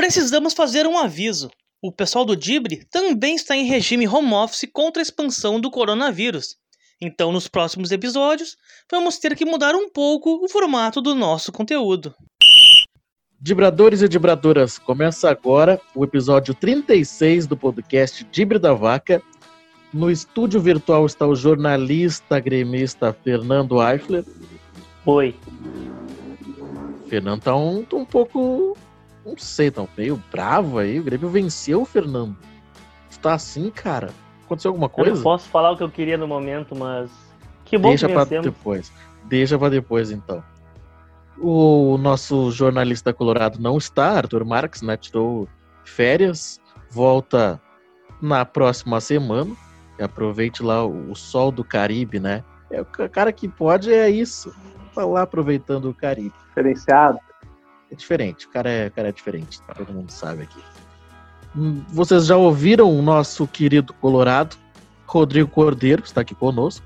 Precisamos fazer um aviso. O pessoal do Dibre também está em regime home office contra a expansão do coronavírus. Então, nos próximos episódios, vamos ter que mudar um pouco o formato do nosso conteúdo. Dibradores e dibradoras, começa agora o episódio 36 do podcast Dibre da Vaca. No estúdio virtual está o jornalista gremista Fernando Eifler. Oi. Fernando tá um pouco, não sei, tá meio bravo aí. O Grêmio venceu o Fernando. Tá assim, cara? Aconteceu alguma coisa? Eu não posso falar o que eu queria no momento, mas que bom Deixa que pra vencemos. depois. Deixa pra depois, então. O nosso jornalista colorado não está, Arthur Marques, né? Tirou férias, volta na próxima semana. E aproveite lá o sol do Caribe, né? É, o cara que pode é isso. Tá lá aproveitando o Caribe. Diferenciado. É diferente, o cara é diferente, todo mundo sabe aqui. Vocês já ouviram o nosso querido colorado, Rodrigo Cordeiro, que está aqui conosco.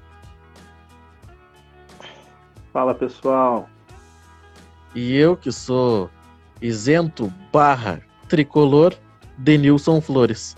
Fala, pessoal. E eu, que sou isento / tricolor, Denilson Flores.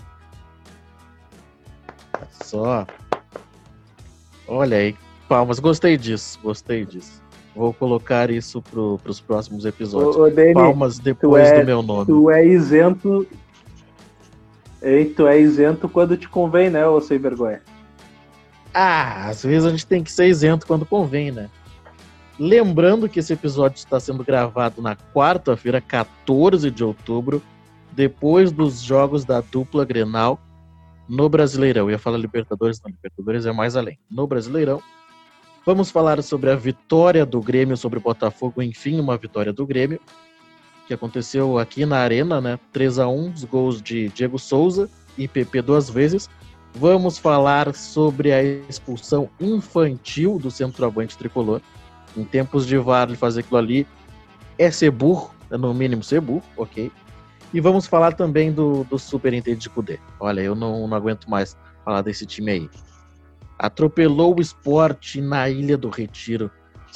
Só. Olha aí, palmas, gostei disso. Vou colocar isso pros próximos episódios. Ô, Deni, palmas depois do meu nome. Tu é isento. Ei, tu é isento quando te convém, né, ô sem vergonha? Ah, às vezes a gente tem que ser isento quando convém, né? Lembrando que esse episódio está sendo gravado na quarta-feira, 14 de outubro, depois dos jogos da dupla Grenal no Brasileirão. Eu ia falar Libertadores, não, Libertadores é mais além. No Brasileirão. Vamos falar sobre a vitória do Grêmio sobre o Botafogo, enfim, uma vitória do Grêmio, que aconteceu aqui na Arena, né? 3-1, os gols de Diego Souza e PP 2 vezes. Vamos falar sobre a expulsão infantil do centroavante tricolor. Em tempos de VAR, de fazer aquilo ali é ser burro, é no mínimo ser burro, ok? E vamos falar também do superintendente de Cudê. Olha, eu não aguento mais falar desse time aí. Atropelou o Sport na Ilha do Retiro,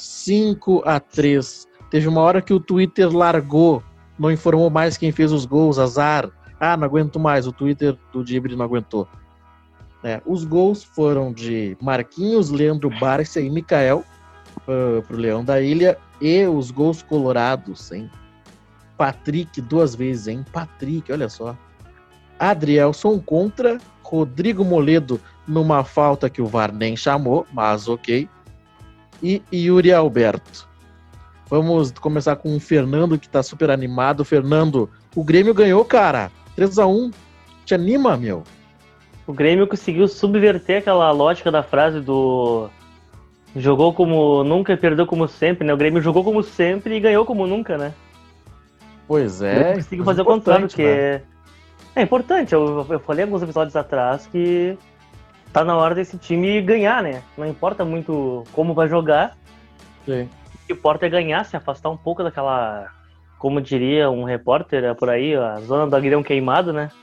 5-3. Teve uma hora que o Twitter largou, não informou mais quem fez os gols, azar. Ah, não aguento mais, o Twitter do Dibre não aguentou. Os gols foram de Marquinhos, Leandro Bárcia e Mikael pro Leão da Ilha, e os gols colorados, hein? Patrick 2 vezes, hein? Patrick, olha só. Adrielson contra, Rodrigo Moledo numa falta que o VAR nem chamou, mas ok. E Yuri Alberto. Vamos começar com o Fernando, que tá super animado. Fernando, o Grêmio ganhou, cara. 3-1. Te anima, meu? O Grêmio conseguiu subverter aquela lógica da frase do jogou como nunca e perdeu como sempre, né? O Grêmio jogou como sempre e ganhou como nunca, né? Pois é. Conseguiu fazer o contrário, que né? É importante. Eu falei alguns episódios atrás que tá na hora desse time ganhar, né? Não importa muito como vai jogar. Sim. O que importa é ganhar, se afastar um pouco daquela, como diria um repórter por aí, a zona do aguilhão queimado, né?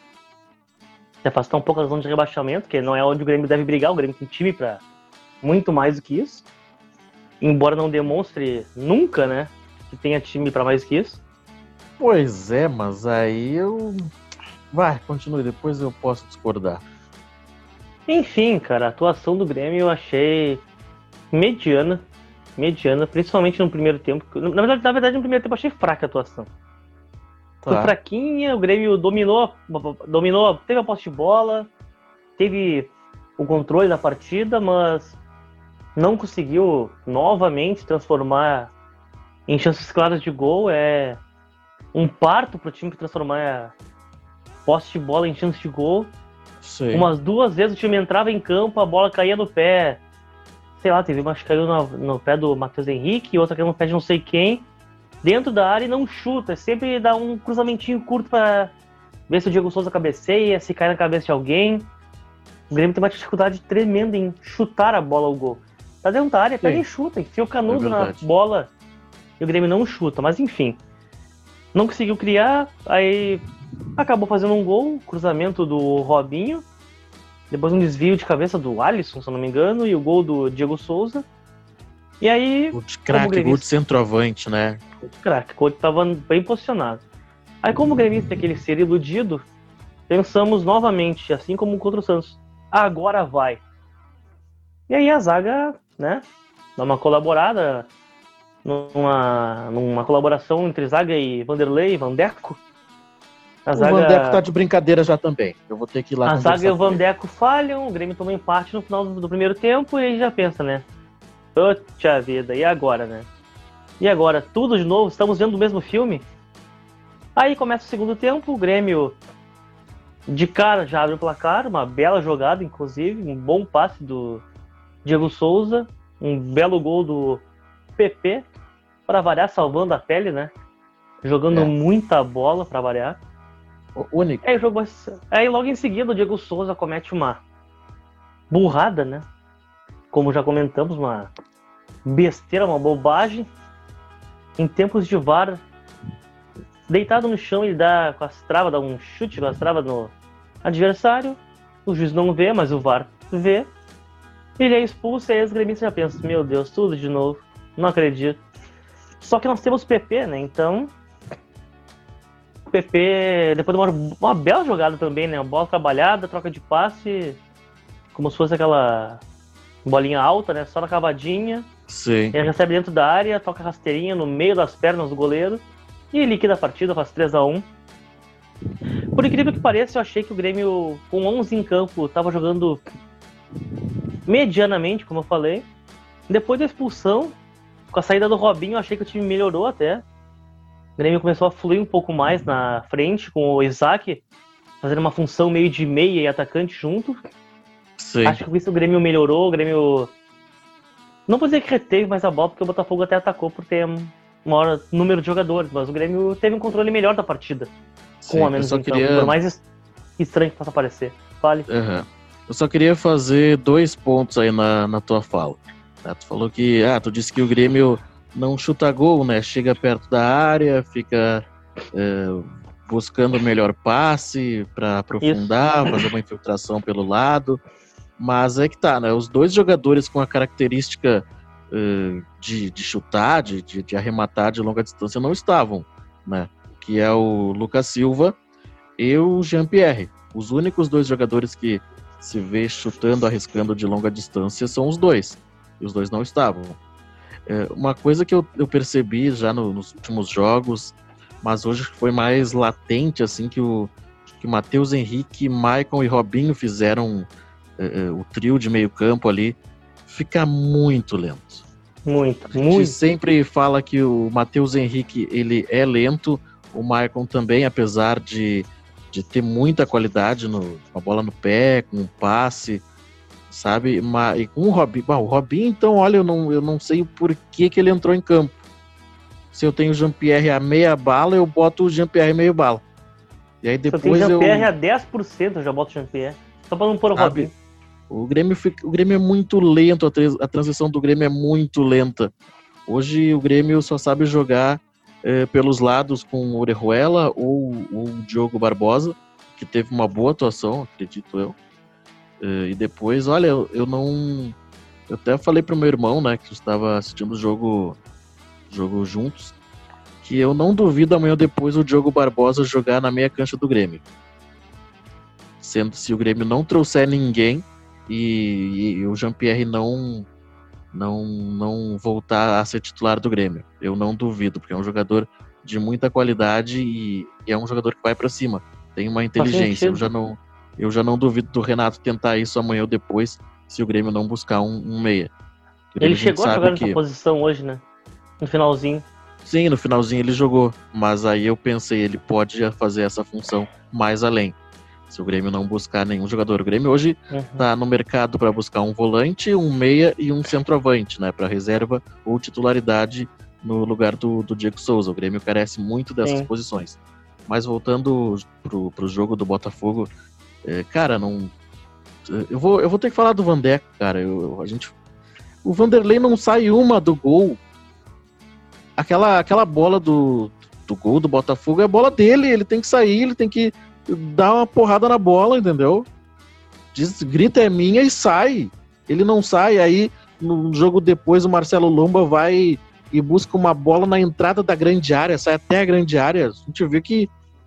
Se afastar um pouco da zona de rebaixamento, que não é onde o Grêmio deve brigar. O Grêmio tem time pra muito mais do que isso. Embora não demonstre nunca, né, que tenha time pra mais que isso. Pois é, mas aí eu... Vai, continue, depois eu posso discordar. Enfim, cara, a atuação do Grêmio eu achei mediana, principalmente no primeiro tempo. Na verdade, no primeiro tempo eu achei fraca a atuação. Tá. Foi fraquinha, o Grêmio dominou, teve a posse de bola, teve o controle da partida, mas não conseguiu novamente transformar em chances claras de gol. É um parto pro time que transformar a posse de bola em chance de gol. Sim. Umas 2 vezes o time entrava em campo, a bola caía no pé. Sei lá, teve uma que caiu no pé do Matheus Henrique, outra caiu no pé de não sei quem. Dentro da área e não chuta. Sempre dá um cruzamentinho curto pra ver se o Diego Souza cabeceia, se cai na cabeça de alguém. O Grêmio tem uma dificuldade tremenda em chutar a bola ao gol. Tá dentro da área, pega e chuta, enfia o canudo na bola e o Grêmio não chuta. Mas enfim, não conseguiu criar, aí acabou fazendo um gol, cruzamento do Robinho, depois um desvio de cabeça do Alisson, se eu não me engano, e o gol do Diego Souza. E aí... Gol de craque, gol de centroavante, né? Gol de craque, o Couto tava bem posicionado. Aí, como o gremista é aquele ser iludido, pensamos novamente, assim como contra o Santos, agora vai. E aí a zaga, né, dá uma colaborada, numa colaboração entre zaga e Vanderlei, Vandeco. O Vandeco tá de brincadeira já também. Eu vou ter que ir lá. A zaga e o Vandeco falham, o Grêmio toma empate no final do primeiro tempo e aí já pensa, né? Poxa vida, e agora, né? E agora, tudo de novo? Estamos vendo o mesmo filme? Aí começa o segundo tempo, o Grêmio de cara já abre o placar, uma bela jogada, inclusive, um bom passe do Diego Souza, um belo gol do PP, para variar, salvando a pele, né? Jogando muita bola, para variar. Único. Aí logo em seguida o Diego Souza comete uma burrada, né? Como já comentamos, uma besteira, uma bobagem. Em tempos de VAR, deitado no chão, ele dá com as travas, dá um chute com as travas no adversário. O juiz não vê, mas o VAR vê. Ele é expulso e aí os gremistas já pensam, meu Deus, tudo de novo, não acredito. Só que nós temos PP, né? Então, o PP, depois de uma bela jogada também, né? Uma bola trabalhada, troca de passe, como se fosse aquela bolinha alta, né? Só na cavadinha. Sim. Ele recebe dentro da área, toca rasteirinha no meio das pernas do goleiro e liquida a partida, faz 3-1. Por incrível que pareça, eu achei que o Grêmio, com 11 em campo, estava jogando medianamente, como eu falei. Depois da expulsão, com a saída do Robinho, eu achei que o time melhorou até. O Grêmio começou a fluir um pouco mais na frente, com o Isaac fazendo uma função meio de meia e atacante junto. Sim. Acho que com isso o Grêmio melhorou, o Grêmio... Não vou dizer que reteve mais a bola, porque o Botafogo até atacou por ter um maior número de jogadores, mas o Grêmio teve um controle melhor da partida. Sim, com a menos em campo, por mais estranho que possa parecer. Fale. Uhum. Eu só queria fazer 2 pontos aí na tua fala. Tu falou que, tu disse que o Grêmio não chuta gol, né? Chega perto da área, fica buscando o melhor passe para aprofundar, fazer uma infiltração pelo lado. Mas é que tá, né? Os 2 jogadores com a característica de chutar, de arrematar de longa distância não estavam, né? Que é o Lucas Silva e o Jean-Pierre. Os únicos 2 jogadores que se vê chutando, arriscando de longa distância são os 2. E os 2 não estavam. Uma coisa que eu percebi já nos últimos jogos, mas hoje foi mais latente, assim, que o Matheus Henrique, Maicon e Robinho fizeram o trio de meio campo ali, fica muito lento. Muito. A gente sempre fala que o Matheus Henrique, ele é lento, o Maicon também, apesar de ter muita qualidade com a bola no pé, com o passe, sabe? E com o Robinho, o Robinho, então, olha, eu não sei o porquê que ele entrou em campo. Se eu tenho o Jean-Pierre a meia bala, eu boto o Jean-Pierre meio bala. E aí depois se eu tenho o Jean-Pierre a 10%, eu já boto o Jean-Pierre. Só pra não pôr o Robinho. O Grêmio é muito lento, a transição do Grêmio é muito lenta. Hoje o Grêmio só sabe jogar pelos lados com o Orejuela ou o Diogo Barbosa, que teve uma boa atuação, acredito eu. E depois, olha, eu até falei pro meu irmão, né, que estava assistindo o jogo juntos, que eu não duvido amanhã ou depois o Diogo Barbosa jogar na meia cancha do Grêmio. Sendo se o Grêmio não trouxer ninguém e o Jean-Pierre não voltar a ser titular do Grêmio. Eu não duvido, porque é um jogador de muita qualidade e é um jogador que vai para cima. Tem uma inteligência. Eu já não duvido do Renato tentar isso amanhã ou depois, se o Grêmio não buscar um meia. Ele chegou a jogar nessa posição hoje, né? No finalzinho. Sim, no finalzinho ele jogou. Mas aí eu pensei, ele pode fazer essa função mais além. Se o Grêmio não buscar nenhum jogador. O Grêmio hoje tá no mercado para buscar um volante, um meia e um centroavante, né? Para reserva ou titularidade no lugar do Diego Souza. O Grêmio carece muito dessas posições. Mas voltando pro jogo do Botafogo, cara, não... Eu vou ter que falar do Vandeco, cara. O Vanderlei não sai uma do gol. Aquela bola do gol do Botafogo é a bola dele. Ele tem que sair, ele tem que dar uma porrada na bola, entendeu? Grita é minha e sai. Ele não sai, aí no jogo depois o Marcelo Lomba vai e busca uma bola na entrada da grande área, sai até a grande área. A gente vê que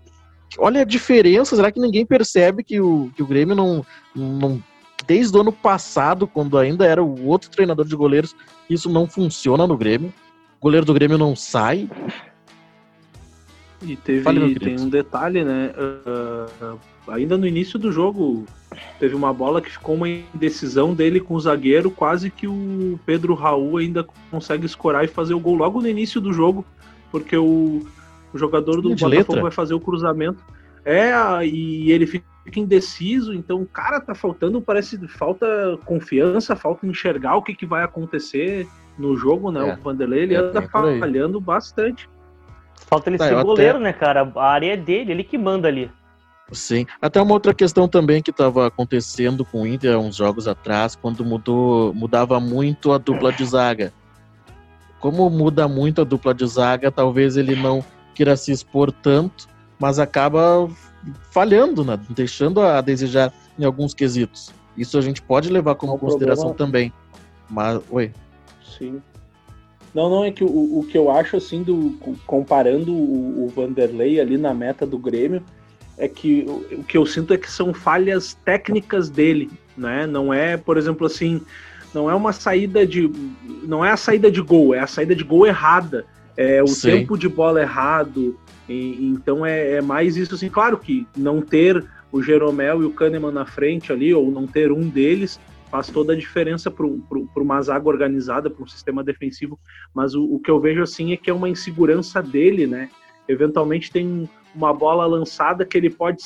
olha a diferença, será que ninguém percebe que o Grêmio não desde o ano passado, quando ainda era o outro treinador de goleiros, isso não funciona no Grêmio. O goleiro do Grêmio não sai. E tem um detalhe, né? Ainda no início do jogo, teve uma bola que ficou uma indecisão dele com o zagueiro, quase que o Pedro Raul ainda consegue escorar e fazer o gol logo no início do jogo, porque o jogador do Botafogo vai fazer o cruzamento. E ele fica indeciso, então, cara, tá faltando, falta confiança, falta enxergar o que vai acontecer no jogo, né? O Vanderlei, ele anda falhando bastante. Falta ele ser goleiro, né, cara? A área é dele, ele que manda ali. Sim. Até uma outra questão também que estava acontecendo com o Inter há uns jogos atrás, quando mudava muito a dupla de zaga. Como muda muito a dupla de zaga, talvez ele não queira se expor tanto, mas acaba falhando, né? Deixando a desejar em alguns quesitos. Isso a gente pode levar como consideração também. Mas, oi. Sim. Não, é que o que eu acho, assim, comparando o Vanderlei ali na meta do Grêmio, é que o que eu sinto é que são falhas técnicas dele, né? Não é, por exemplo, assim, não é a saída de gol, é a saída de gol errada, é o tempo de bola errado, então é mais isso, assim, claro que não ter o Jeromel e o Kahneman na frente ali, ou não ter um deles, faz toda a diferença para uma zaga organizada, para um sistema defensivo, mas o que eu vejo, assim, é que é uma insegurança dele, né? Eventualmente tem uma bola lançada que ele pode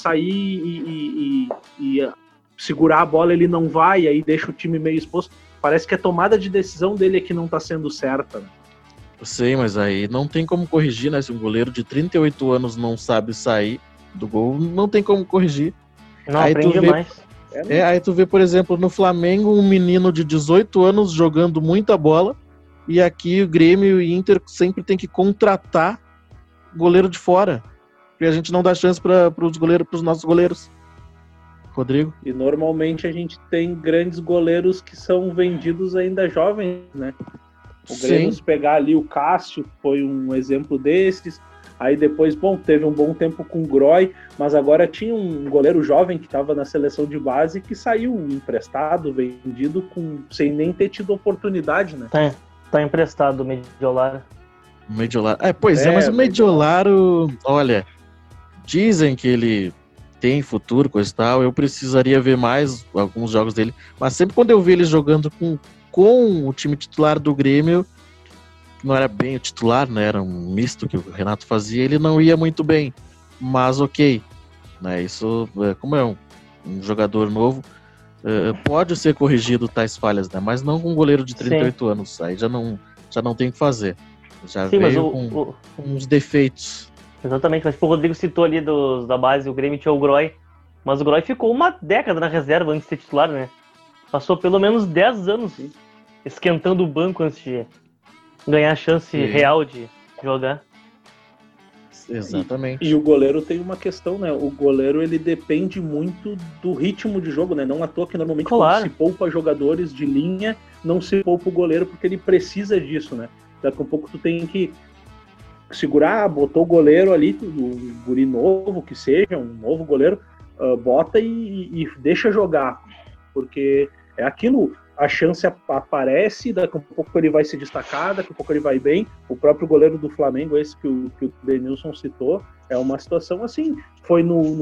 sair e segurar a bola, ele não vai, aí deixa o time meio exposto. Parece que a tomada de decisão dele é que não está sendo certa, né? Eu sei, mas aí não tem como corrigir, né? Se um goleiro de 38 anos não sabe sair do gol, não tem como corrigir. Não, aí aprende mais. Aí tu vê, por exemplo, no Flamengo, um menino de 18 anos jogando muita bola, e aqui o Grêmio e o Inter sempre tem que contratar goleiro de fora, porque a gente não dá chance para os nossos goleiros. Rodrigo? E normalmente a gente tem grandes goleiros que são vendidos ainda jovens, né? O Grêmio, se pegar ali o Cássio, foi um exemplo desses. Aí depois, teve um bom tempo com o Groy, mas agora tinha um goleiro jovem que estava na seleção de base que saiu emprestado, vendido, sem nem ter tido oportunidade, né? Tá emprestado o Mediolar. Mas o Mediolaro, olha, dizem que ele tem futuro, coisa e tal, eu precisaria ver mais alguns jogos dele, mas sempre quando eu vi ele jogando com o time titular do Grêmio, não era bem o titular, né? Era um misto que o Renato fazia, ele não ia muito bem, mas ok, né? Isso, como é um jogador novo, pode ser corrigido tais falhas, né? Mas não com um goleiro de 38 anos, aí já não tem o que fazer, já veio com uns defeitos. Exatamente, mas o Rodrigo citou ali da base, o Grêmio tinha o Groy, mas o Groy ficou uma década na reserva antes de ser titular, né? Passou pelo menos 10 anos esquentando o banco antes de ganhar a chance real de jogar. Exatamente. E o goleiro tem uma questão, né? O goleiro, ele depende muito do ritmo de jogo, né? Não à toa que normalmente quando se poupa jogadores de linha, não se poupa o goleiro porque ele precisa disso, né? Daqui a pouco tu tem que segurar, botou o goleiro ali, o guri novo, que seja, um novo goleiro, bota e deixa jogar, porque é aquilo, a chance aparece, daqui a pouco ele vai se destacar, daqui a pouco ele vai bem. O próprio goleiro do Flamengo, esse que o Denilson citou, é uma situação assim, foi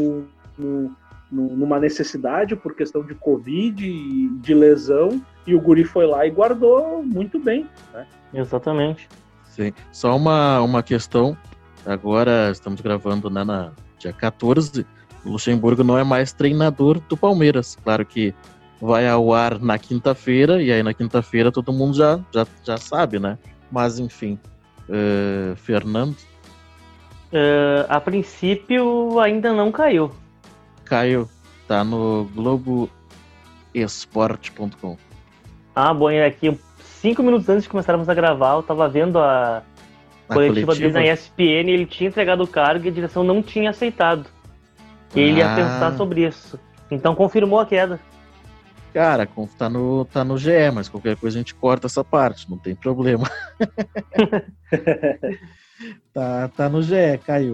numa necessidade por questão de Covid, de lesão, e o guri foi lá e guardou muito bem, né? Exatamente. Sim. Só uma questão, agora estamos gravando na dia 14, o Luxemburgo não é mais treinador do Palmeiras, claro que vai ao ar na quinta-feira, e aí na quinta-feira todo mundo já sabe, né? Mas enfim, Fernando? A princípio ainda não caiu. Caiu, tá no Globoesporte.com. Bom, aqui 5 minutos antes de começarmos a gravar, eu tava vendo a coletiva dele na ESPN, ele tinha entregado o cargo e a direção não tinha aceitado. E ele ia pensar sobre isso. Então confirmou a queda. Cara, tá no GE, mas qualquer coisa a gente corta essa parte, não tem problema. tá no GE, caiu.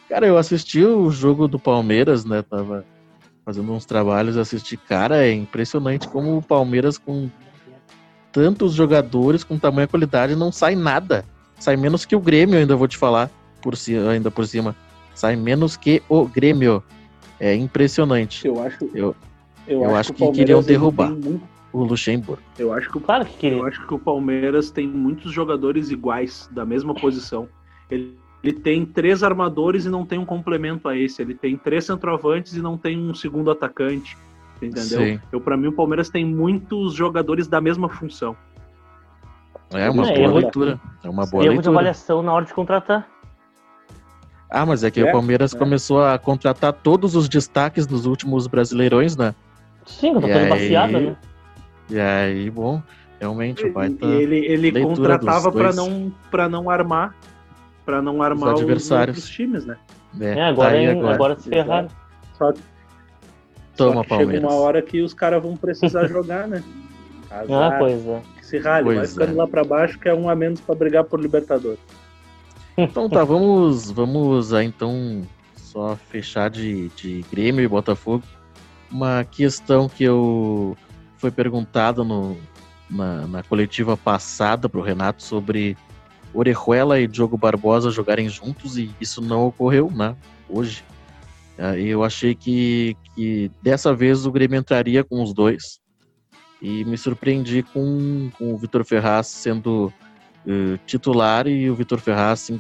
Cara, eu assisti o jogo do Palmeiras, né? Tava fazendo uns trabalhos, assisti. Cara, é impressionante como o Palmeiras, com tantos jogadores, com tamanha qualidade, não sai nada. Sai menos que o Grêmio, ainda vou te falar, ainda por cima. Sai menos que o Grêmio. É impressionante. Eu acho Eu acho que o que queriam Palmeiras, derrubar ele tem muito- o Luxemburgo. Eu acho que Claro que queria. Eu acho que o Palmeiras tem muitos jogadores iguais, da mesma posição. Ele tem 3 armadores e não tem um complemento a esse. Ele tem 3 centroavantes e não tem um segundo atacante. Entendeu? Sim. Para mim, o Palmeiras tem muitos jogadores da mesma função. É uma erro- boa leitura. É uma boa Erro de leitura. avaliação na hora de contratar. Ah, mas é que o Palmeiras começou a contratar todos os destaques dos últimos Brasileirões, né? Sim, eu tô E toda aí- baseada, né? E aí, bom, realmente vai estar. Ele leitura contratava dos dois. para não armar os adversários. outros times, né? Agora se ferraram. Só Toma, só que Palmeiras. chega uma hora que os caras vão precisar jogar, né? Ah, pois é. Que se rale, vai Pois ficando é. lá pra baixo, que é um a menos pra brigar por Libertadores. Então tá, vamos aí então só fechar de Grêmio e Botafogo. Uma questão que foi perguntada na coletiva passada pro Renato sobre Orejuela e Diogo Barbosa jogarem juntos, e isso não ocorreu, né? Hoje. Eu achei que dessa vez o Grêmio entraria com os dois, e me surpreendi com o Vitor Ferraz sendo titular, e o Vitor Ferraz assim,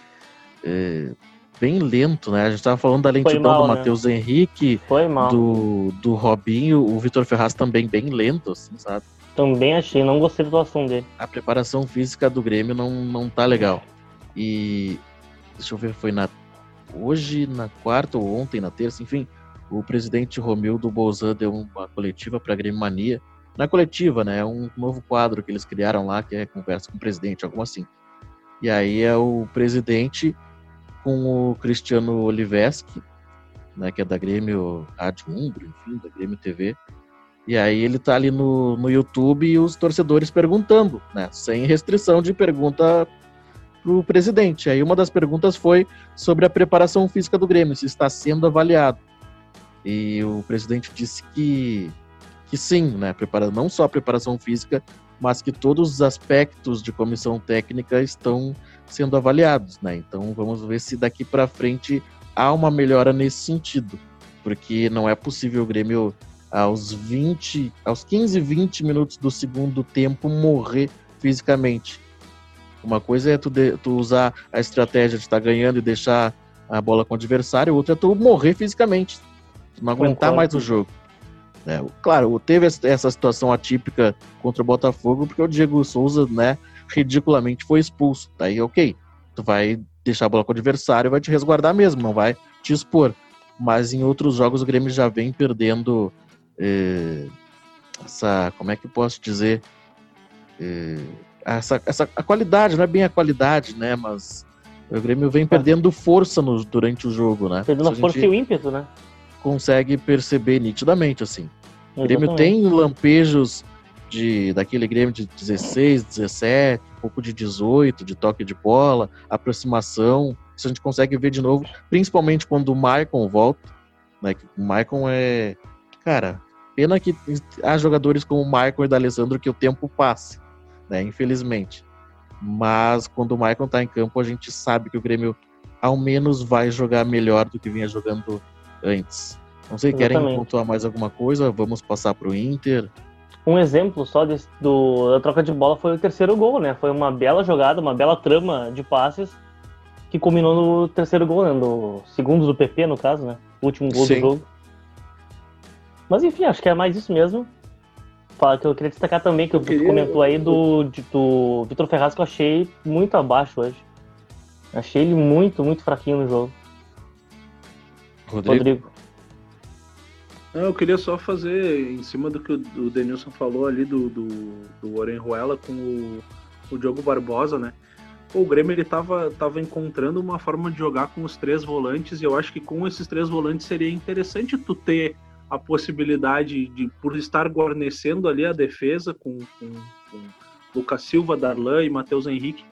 bem lento, né? A gente tava falando da lentidão mal, do né? Matheus Henrique, Foi mal. do Robinho, o Vitor Ferraz também bem lento, assim, sabe? Também achei, não gostei da atuação dele. A preparação física do Grêmio não tá legal. E deixa eu ver, foi hoje, na quarta ou ontem, na terça, enfim, o presidente Romildo Bolzan deu uma coletiva para a Grêmio Mania. Na coletiva, né? É um novo quadro que eles criaram lá, que é Conversa com o Presidente, algo assim. E aí é o presidente com o Cristiano Oliveski, né, que é da Grêmio Rádio Umbro, enfim, da Grêmio TV. E aí ele tá ali no YouTube e os torcedores perguntando, né? Sem restrição de pergunta pro presidente. Aí uma das perguntas foi sobre a preparação física do Grêmio, se está sendo avaliado. E o presidente disse que sim, né? Não só a preparação física, mas que todos os aspectos de comissão técnica estão sendo avaliados, né? Então vamos ver se daqui para frente há uma melhora nesse sentido, porque não é possível o Grêmio aos 15, 20 minutos do segundo tempo morrer fisicamente. Uma coisa é tu usar a estratégia de estar ganhando e deixar a bola com o adversário, outra é tu morrer fisicamente, tu não aguentar mais o jogo. Claro, teve essa situação atípica contra o Botafogo, porque o Diego Souza, né, ridiculamente foi expulso. Daí, ok, tu vai deixar a bola com o adversário, vai te resguardar mesmo, não vai te expor. Mas em outros jogos o Grêmio já vem perdendo como é que eu posso dizer, a qualidade, não é bem a qualidade, né, mas o Grêmio vem perdendo força durante o jogo, né? Perdendo a força e o ímpeto, né? Consegue perceber nitidamente, assim. O Grêmio Exatamente. tem lampejos daquele Grêmio de 16, 17, um pouco de 18, de toque de bola, aproximação. Isso a gente consegue ver de novo, principalmente quando o Maicon volta, né? O Maicon cara, pena que há jogadores como o Maicon e o D'Alessandro que o tempo passe, né? Infelizmente. Mas quando o Maicon tá em campo, a gente sabe que o Grêmio ao menos vai jogar melhor do que vinha jogando antes. Não sei, querem pontuar mais alguma coisa? Vamos passar pro Inter. Um exemplo só da troca de bola foi o terceiro gol, né? Foi uma bela jogada, uma bela trama de passes que culminou no terceiro gol, né? No segundo do PP, no caso, né? O último gol do jogo. Mas enfim, acho que é mais isso mesmo. Fala que eu queria destacar também, que você comentou aí do Vitor Ferraz, que eu achei muito abaixo hoje. Achei ele muito, muito fraquinho no jogo. Rodrigo. Não, eu queria só fazer, em cima do que o Denilson falou ali do Orejuela com o Diogo Barbosa, né? O Grêmio ele tava encontrando uma forma de jogar com os 3 volantes, e eu acho que com esses 3 volantes seria interessante tu ter a possibilidade de, por estar guarnecendo ali a defesa com Lucas Silva, Darlan e Matheus Henrique,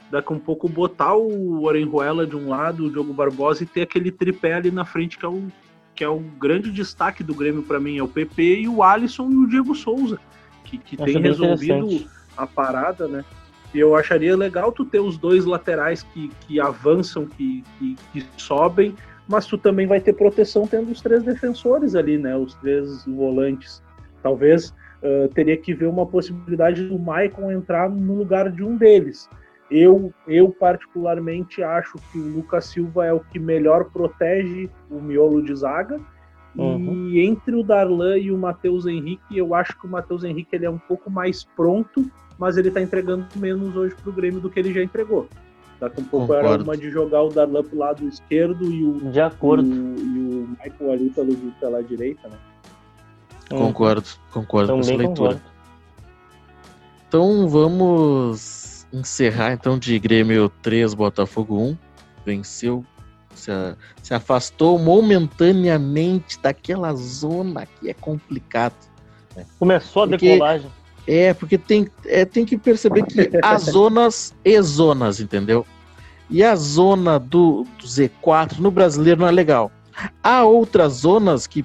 daqui a um pouco botar o Orejuela de um lado, o Diogo Barbosa, e ter aquele tripé ali na frente que é o grande destaque do Grêmio para mim, é o PP e o Alisson e o Diego Souza, que tem resolvido a parada, né? E eu acharia legal tu ter os dois laterais que avançam, que sobem, mas tu também vai ter proteção tendo os 3 defensores ali, né? Os 3 volantes. Talvez teria que ver uma possibilidade do Maicon entrar no lugar de um deles. Eu particularmente acho que o Lucas Silva é o que melhor protege o miolo de zaga. E entre o Darlan e o Matheus Henrique, eu acho que o Matheus Henrique ele é um pouco mais pronto, mas ele tá entregando menos hoje pro Grêmio do que ele já entregou. Daqui a pouco era uma de jogar o Darlan pro lado esquerdo e o Michael ali pela direita, né? Concordo com essa leitura. Concordo. Então vamos encerrar então de Grêmio 3, Botafogo 1. Venceu, se afastou momentaneamente daquela zona que é complicado. Né? Começou a decolagem. Porque tem que perceber que há zonas e zonas, entendeu? E a zona do Z4 no brasileiro não é legal. Há outras zonas que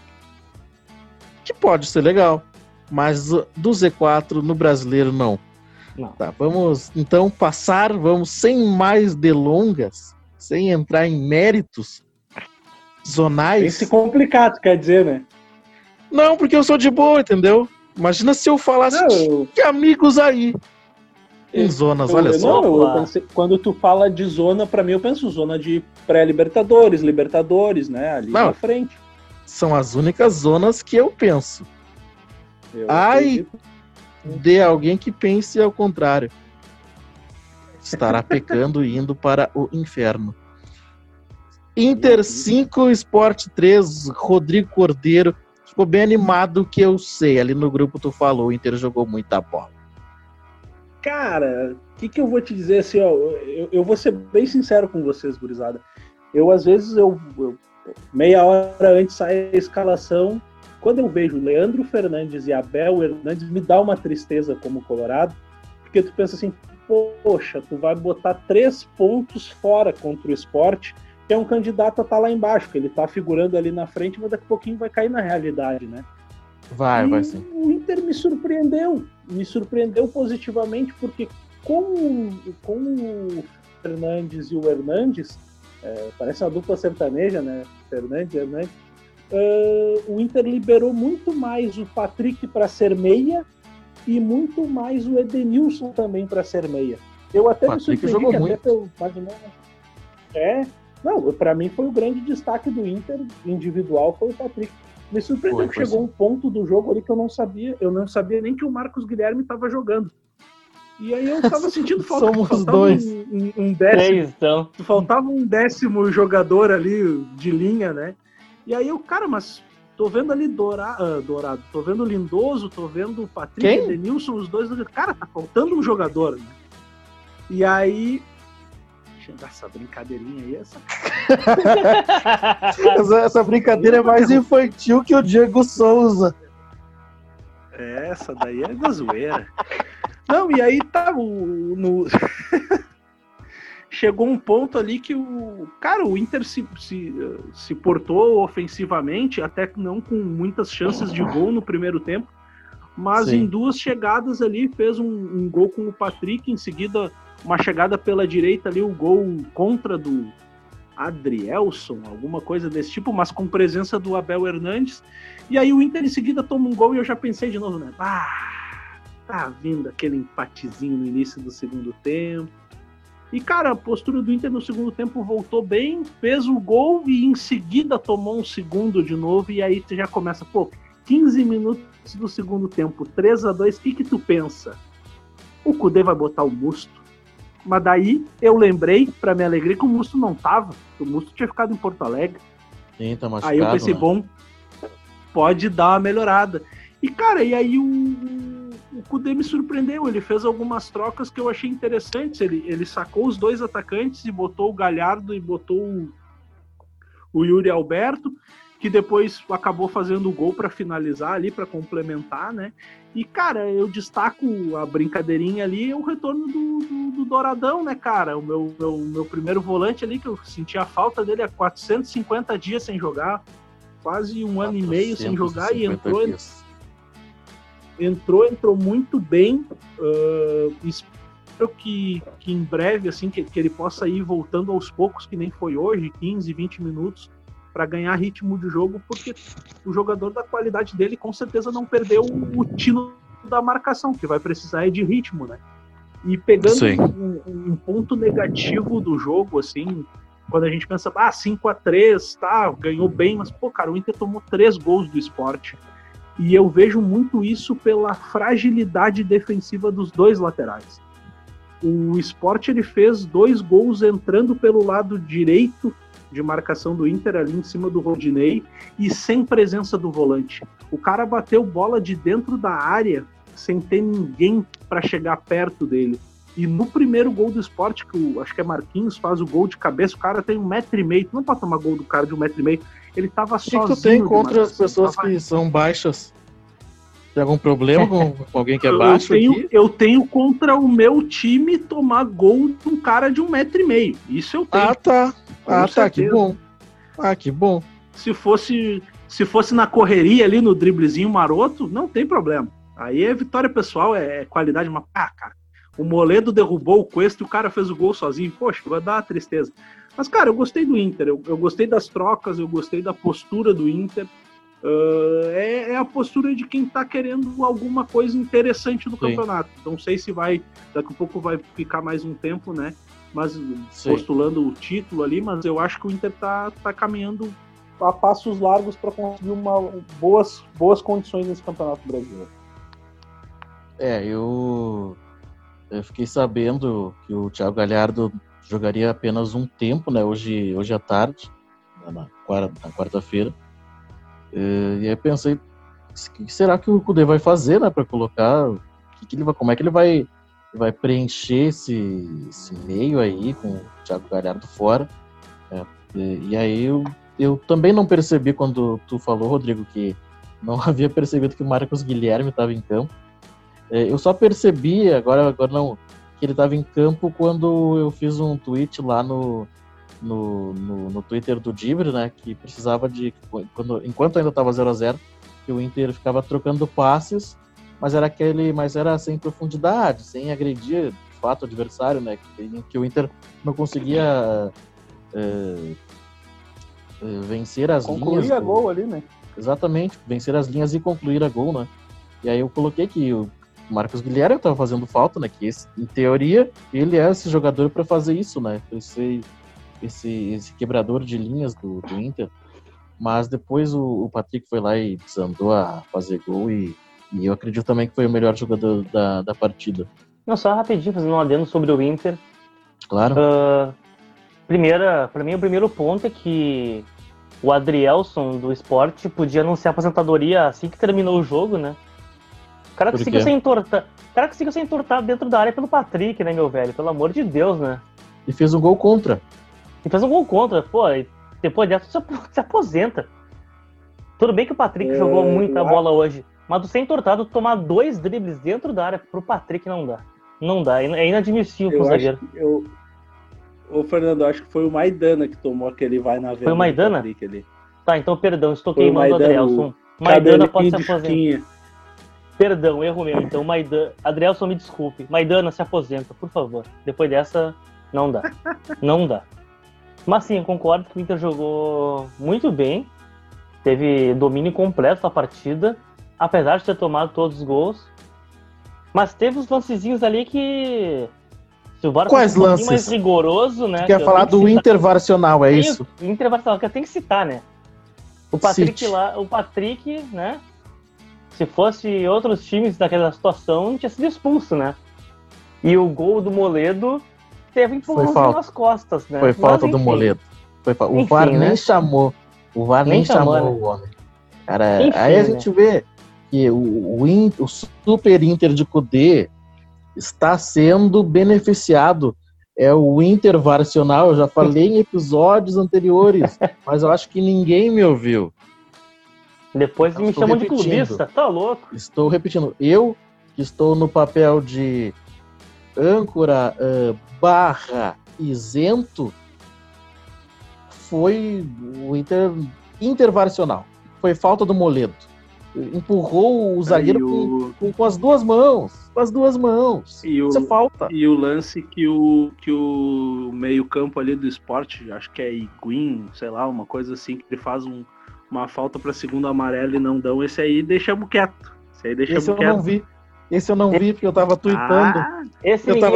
pode ser legal, mas do Z4 no brasileiro não. Tá, vamos então vamos sem mais delongas, sem entrar em méritos zonais. Tem se complicado, quer dizer, né? Não, porque eu sou de boa, entendeu? Imagina se eu falasse que amigos aí em zonas, olha só. Eu pensei, quando tu fala de zona, pra mim eu penso zona de pré-Libertadores, Libertadores, né? Ali na frente. São as únicas zonas que eu penso. De alguém que pense ao contrário. Estará pecando e indo para o inferno. Inter 5, Sport 3, Rodrigo Cordeiro. Ficou bem animado, que eu sei. Ali no grupo tu falou, o Inter jogou muita bola. Cara, o que eu vou te dizer assim, ó, eu vou ser bem sincero com vocês, gurizada. Às vezes, meia hora antes sai a escalação, quando eu vejo Leandro Fernandes e Abel Hernandes, me dá uma tristeza como colorado, porque tu pensa assim, poxa, tu vai botar 3 pontos fora contra o Sport, que é um candidato a estar lá embaixo, que ele tá figurando ali na frente, mas daqui a pouquinho vai cair na realidade, né? Vai sim. O Inter me surpreendeu positivamente, porque com o Fernandes e o Hernandes, parece uma dupla sertaneja, né? Fernandes e Hernandes, o Inter liberou muito mais o Patrick para ser meia e muito mais o Edenilson também para ser meia. Eu até me surpreendi, jogou muito. Para mim foi o grande destaque do Inter individual, foi o Patrick. Me surpreendeu que chegou um ponto do jogo ali que eu não sabia nem que o Marcos Guilherme estava jogando. E aí eu tava sentindo falta. Somos dois. Um décimo. Então. Faltava um 10º jogador ali de linha, né? E aí mas tô vendo ali Dourado, tô vendo o Lindoso, tô vendo o Patrick e o Edenilson, os dois. Cara, tá faltando um jogador, né? E aí... Essa brincadeirinha aí, essa brincadeira é mais infantil que o Diego Souza. Essa daí é da zoeira. Não, e aí tá chegou um ponto ali que o Inter se portou ofensivamente, até não com muitas chances de gol no primeiro tempo, mas em 2 chegadas ali fez um gol com o Patrick, em seguida uma chegada pela direita ali, o gol contra do Adrielson, alguma coisa desse tipo, mas com presença do Abel Hernandes. E aí o Inter em seguida toma um gol e eu já pensei de novo, né? Tá vindo aquele empatezinho no início do segundo tempo. E, cara, a postura do Inter no segundo tempo voltou bem, fez o gol e em seguida tomou um segundo de novo. E aí tu já começa, 15 minutos do segundo tempo, 3-2, o que tu pensa? O Kudê vai botar o Musto. Mas daí eu lembrei, pra minha alegria, que o Musto não tava. O Musto tinha ficado em Porto Alegre. Sim, tá machucado, aí eu pensei, né? Pode dar uma melhorada. E, cara, o Kudê me surpreendeu. Ele fez algumas trocas que eu achei interessantes. Ele sacou os 2 atacantes e botou o Galhardo e botou o Yuri Alberto. que depois acabou fazendo o gol para finalizar ali, para complementar, né? E, cara, eu destaco a brincadeirinha ali, o retorno do Douradão, né, cara? O meu primeiro volante ali, que eu sentia a falta dele há 450 dias sem jogar, quase um ano e meio sem jogar, e entrou muito bem. Espero que em breve, assim, que ele possa ir voltando aos poucos, que nem foi hoje, 15, 20 minutos, para ganhar ritmo de jogo, porque o jogador da qualidade dele com certeza não perdeu o tino da marcação, que vai precisar é de ritmo, né? E pegando um ponto negativo do jogo, assim, quando a gente pensa, 5-3, tá, ganhou bem, mas, pô, cara, o Inter tomou 3 gols do Sport. E eu vejo muito isso pela fragilidade defensiva dos dois laterais. O Sport, ele fez 2 gols entrando pelo lado direito de marcação do Inter, ali em cima do Rodinei, e sem presença do volante. O cara bateu bola de dentro da área, sem ter ninguém para chegar perto dele. E no primeiro gol do Sport, que acho que é Marquinhos, faz o gol de cabeça, o cara tem 1,5 m, tu não pode tomar gol do cara de 1,5 m, ele tava sozinho. O que tu tem contra as pessoas que são baixas? Tem algum problema com alguém que é baixo? Eu tenho contra o meu time tomar gol de um cara de 1,5 m. Isso eu tenho. Que bom. Que bom. Se fosse na correria ali, no driblezinho maroto, não tem problema. Aí é vitória pessoal, é qualidade. Mas, cara, o Moledo derrubou o Cuesta e o cara fez o gol sozinho. Poxa, vai dar uma tristeza. Mas, cara, eu gostei do Inter. Eu gostei das trocas, eu gostei da postura do Inter. É a postura de quem tá querendo alguma coisa interessante no campeonato. Não sei se daqui a pouco vai ficar mais um tempo, né? Mas postulando o título ali, mas eu acho que o Inter tá caminhando a passos largos para conseguir boas condições nesse campeonato brasileiro. Eu fiquei sabendo que o Thiago Galhardo jogaria apenas um tempo, né? Hoje à tarde, na quarta-feira. E aí pensei, o que será que o Kudê vai fazer, né, para colocar, como é que ele vai preencher esse meio aí com o Thiago Galhardo fora, e aí eu também não percebi quando tu falou, Rodrigo, que não havia percebido que o Marcos Guilherme estava em campo. Eu só percebi agora não, que ele estava em campo quando eu fiz um tweet lá no Twitter do Dibre, né, que precisava enquanto ainda estava 0-0, que o Inter ficava trocando passes, mas era sem profundidade, sem agredir de fato o adversário, né, que o Inter não conseguia vencer as linhas. Concluir a gol ali, né? Exatamente, vencer as linhas e concluir a gol, né? E aí eu coloquei que o Marcos Guilherme estava fazendo falta, né, que em teoria ele é esse jogador para fazer isso, né, esse quebrador de linhas do Inter, mas depois o Patrick foi lá e desandou a fazer gol e eu acredito também que foi o melhor jogador da partida. Não, só rapidinho, fazendo um adendo sobre o Inter. Claro. Para mim, o primeiro ponto é que o Adrielson do Sport podia anunciar a aposentadoria assim que terminou o jogo, né? O cara conseguiu ser entortado dentro da área pelo Patrick, né, meu velho? Pelo amor de Deus, né? E fez um gol contra. Pô, e depois dessa se aposenta. Tudo bem que o Patrick jogou muita bola hoje, mas do ser entortado, tomar 2 dribles dentro da área pro Patrick não dá. Não dá, é inadmissível pro zagueiro. Ô, Fernando, acho que foi o Maidana que tomou aquele vai na venda. Foi o Maidana? Tá, então perdão, estou queimando o Adrielson. Maidana pode se aposentar. Perdão, erro meu. Então, Adrielson, me desculpe. Maidana, se aposenta, por favor. Depois dessa, não dá. Não dá. Mas sim, eu concordo que o Inter jogou muito bem. Teve domínio completo da partida, apesar de ter tomado todos os gols. Mas teve uns lancezinhos ali que... Se o VAR Quais fosse lances? Mais rigoroso, né? Tu quer falar do intervarcional, é isso? Intervarcional, que eu tenho que citar, né? O Patrick, né? Se fosse outros times daquela situação, não tinha sido expulso, né? E o gol do Moledo teve empurrãozinho nas costas, né? Foi falta do Moledo. O VAR nem chamou. O VAR nem chamou, né? O homem. Cara, enfim, aí a gente vê que o Super Inter de Kudê está sendo beneficiado. É o intervarcional, eu já falei em episódios anteriores, mas eu acho que ninguém me ouviu. Depois Então, me estou chamam de repetindo. clubista, tá louco? Estou repetindo. Eu, que estou no papel de âncora barra isento, foi o intervarcional. Foi falta do Moledo. Empurrou o zagueiro com as duas mãos. Com as duas mãos. Isso é falta. E o lance que o meio-campo ali do Sport, acho que é Iguin, sei lá, uma coisa assim, que ele faz uma falta para segundo amarelo e não dão. Esse aí deixamos quieto. Esse eu não vi. Esse eu não vi, porque eu tava tweetando. Esse não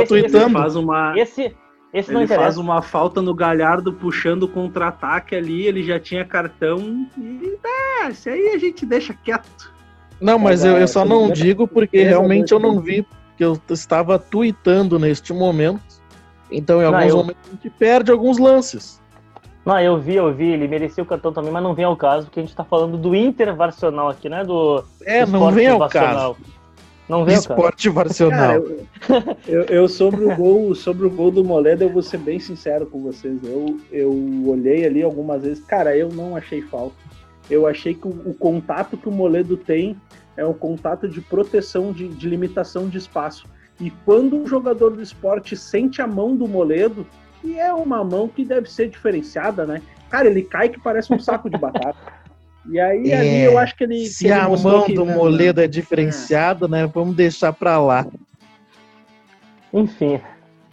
Ele faz uma falta no Galhardo puxando o contra-ataque ali, ele já tinha cartão e esse aí a gente deixa quieto. Não, mas eu só não digo porque realmente eu não vi, porque eu estava tweetando neste momento. Então em alguns momentos a gente perde alguns lances. Não, eu vi, ele merecia o cartão também, mas não vem ao caso, porque a gente tá falando do intervarcional aqui, né? Não vem ao caso. Não vem Esporte varcional. Eu sobre o gol do Moledo, eu vou ser bem sincero com vocês. Eu olhei ali algumas vezes, cara, eu não achei falta. Eu achei que o contato que o Moledo tem é um contato de proteção, de limitação de espaço. E quando o jogador do Sport sente a mão do Moledo, e é uma mão que deve ser diferenciada, né? Cara, ele cai que parece um saco de batata. E aí ali eu acho que ele... Se a mão do Moledo é diferenciada, né? Vamos deixar pra lá. Enfim.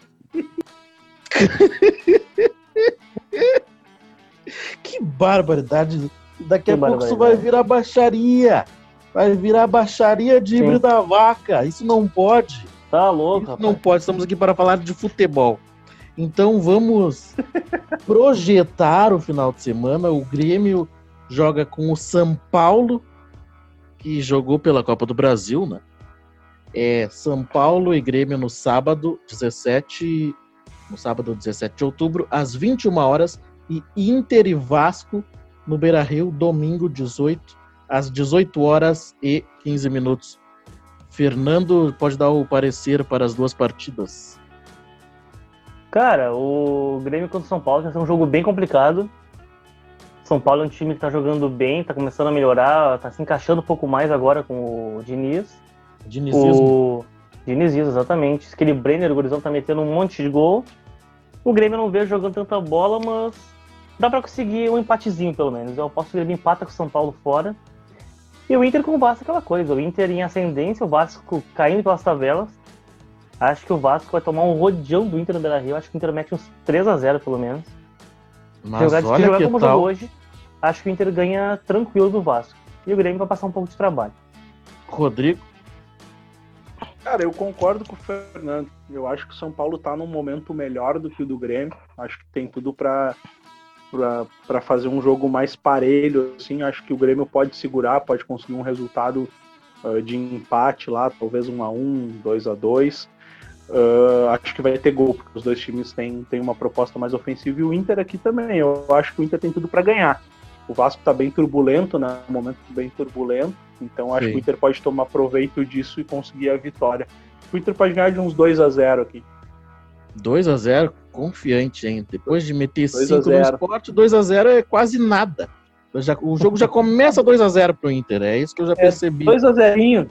Que barbaridade. Daqui a pouco isso vai virar baixaria. Vai virar baixaria de híbrido da vaca. Isso não pode. Tá louco, rapaz. Não pode. Estamos aqui para falar de futebol. Então vamos projetar o final de semana. O Grêmio joga com o São Paulo, que jogou pela Copa do Brasil, né? São Paulo e Grêmio no sábado 17 de outubro, às 21 horas, e Inter e Vasco no Beira-Rio, domingo 18, às 18 horas e 15 minutos. Fernando, pode dar o parecer para as duas partidas? Cara, o Grêmio contra o São Paulo vai ser um jogo bem complicado. São Paulo é um time que tá jogando bem, tá começando a melhorar, tá se encaixando um pouco mais agora com o Diniz. Dinizismo. Dinizismo, exatamente. Aquele Brenner, o gurizão, tá metendo um monte de gol. O Grêmio eu não vejo jogando tanta bola, mas dá pra conseguir um empatezinho, pelo menos. Eu aposto que o Grêmio empata com o São Paulo fora. E o Inter com o Vasco, aquela coisa. O Inter em ascendência, o Vasco caindo pelas tabelas. Acho que o Vasco vai tomar um rodeão do Inter no Beira-Rio. Acho que o Inter mete uns 3-0, pelo menos. Mas olha que tal... hoje, acho que o Inter ganha tranquilo do Vasco. E o Grêmio vai passar um pouco de trabalho. Rodrigo? Cara, eu concordo com o Fernando. Eu acho que o São Paulo tá num momento melhor do que o do Grêmio. Acho que tem tudo pra fazer um jogo mais parelho, assim. Acho que o Grêmio pode segurar, pode conseguir um resultado de empate lá, talvez 1-1, 2-2. Acho que vai ter gol, porque os dois times têm uma proposta mais ofensiva, e o Inter aqui também. Eu acho que o Inter tem tudo para ganhar. O Vasco tá bem turbulento, né? Um momento bem turbulento, então acho que o Inter pode tomar proveito disso e conseguir a vitória. O Inter pode ganhar de uns 2-0 aqui. 2-0, confiante, hein? Depois de meter 5 no Sport, 2-0 é quase nada. O jogo já começa 2-0 pro Inter, é isso que eu já percebi. 2-0.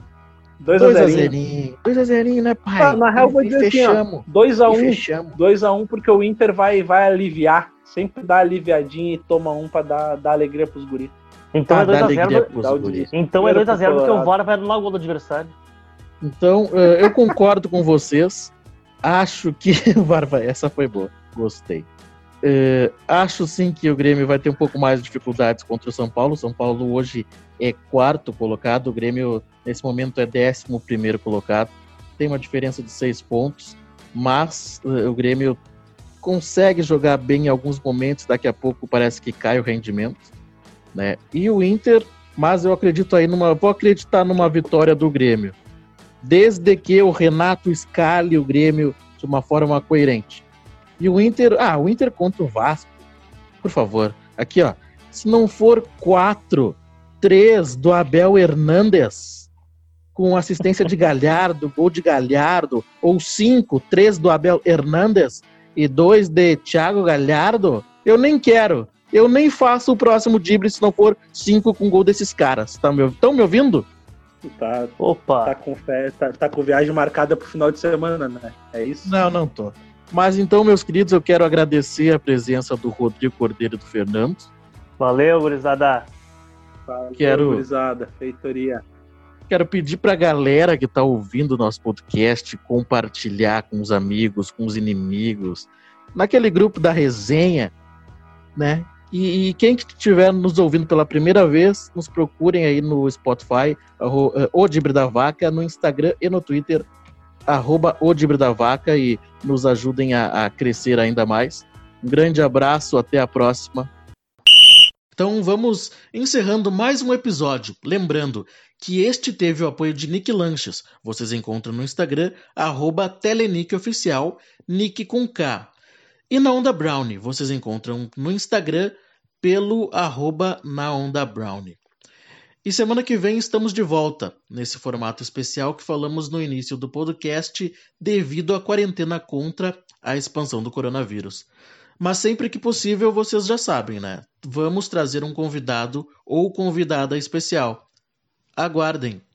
2-0, né, pai? Na real, vou dizer assim, 2-1, porque o Inter vai aliviar. Sempre dá aliviadinha e toma um pra dar alegria pros guris. Então é 2-0. Então é 2-0 porque o VAR vai anular o gol do adversário. Então, eu concordo com vocês. Acho que o VAR vai... Essa foi boa. Gostei. Acho sim que o Grêmio vai ter um pouco mais de dificuldades contra o São Paulo. O São Paulo hoje é 4º colocado. O Grêmio, nesse momento, é 11º colocado. Tem uma diferença de 6 pontos. Mas o Grêmio consegue jogar bem em alguns momentos. Daqui a pouco parece que cai o rendimento, né? E o Inter, mas eu acredito aí vou acreditar numa vitória do Grêmio, desde que o Renato escale o Grêmio de uma forma coerente. E o Inter contra o Vasco, por favor, aqui ó, se não for 4-3 do Abel Hernandes, com assistência de Galhardo, gol de Galhardo, ou 5-3 do Abel Hernandes e 2 de Thiago Galhardo, eu nem quero. eu nem faço o próximo Dibre se não for 5 com gol desses caras. Estão me ouvindo? Opa! Tá com viagem marcada pro final de semana, né? É isso? Não tô. Mas então, meus queridos, eu quero agradecer a presença do Rodrigo Cordeiro e do Fernando. Valeu, gurizada! Quero- Gurizada, feitoria. Quero pedir pra galera que tá ouvindo o nosso podcast compartilhar com os amigos, com os inimigos, naquele grupo da resenha, né? E quem que estiver nos ouvindo pela primeira vez, nos procurem aí no Spotify, o Dibre da Vaca, no Instagram e no Twitter, @o Dibre da Vaca, e nos ajudem a crescer ainda mais. Um grande abraço, até a próxima. Então vamos encerrando mais um episódio. Lembrando que este teve o apoio de Nick Lanches. Vocês encontram no Instagram, @TeleNickOficial, Nick com K. E na Onda Brownie, vocês encontram no Instagram pelo @naondabrownie. E semana que vem estamos de volta, nesse formato especial que falamos no início do podcast, devido à quarentena contra a expansão do coronavírus. Mas sempre que possível, vocês já sabem, né? Vamos trazer um convidado ou convidada especial. Aguardem!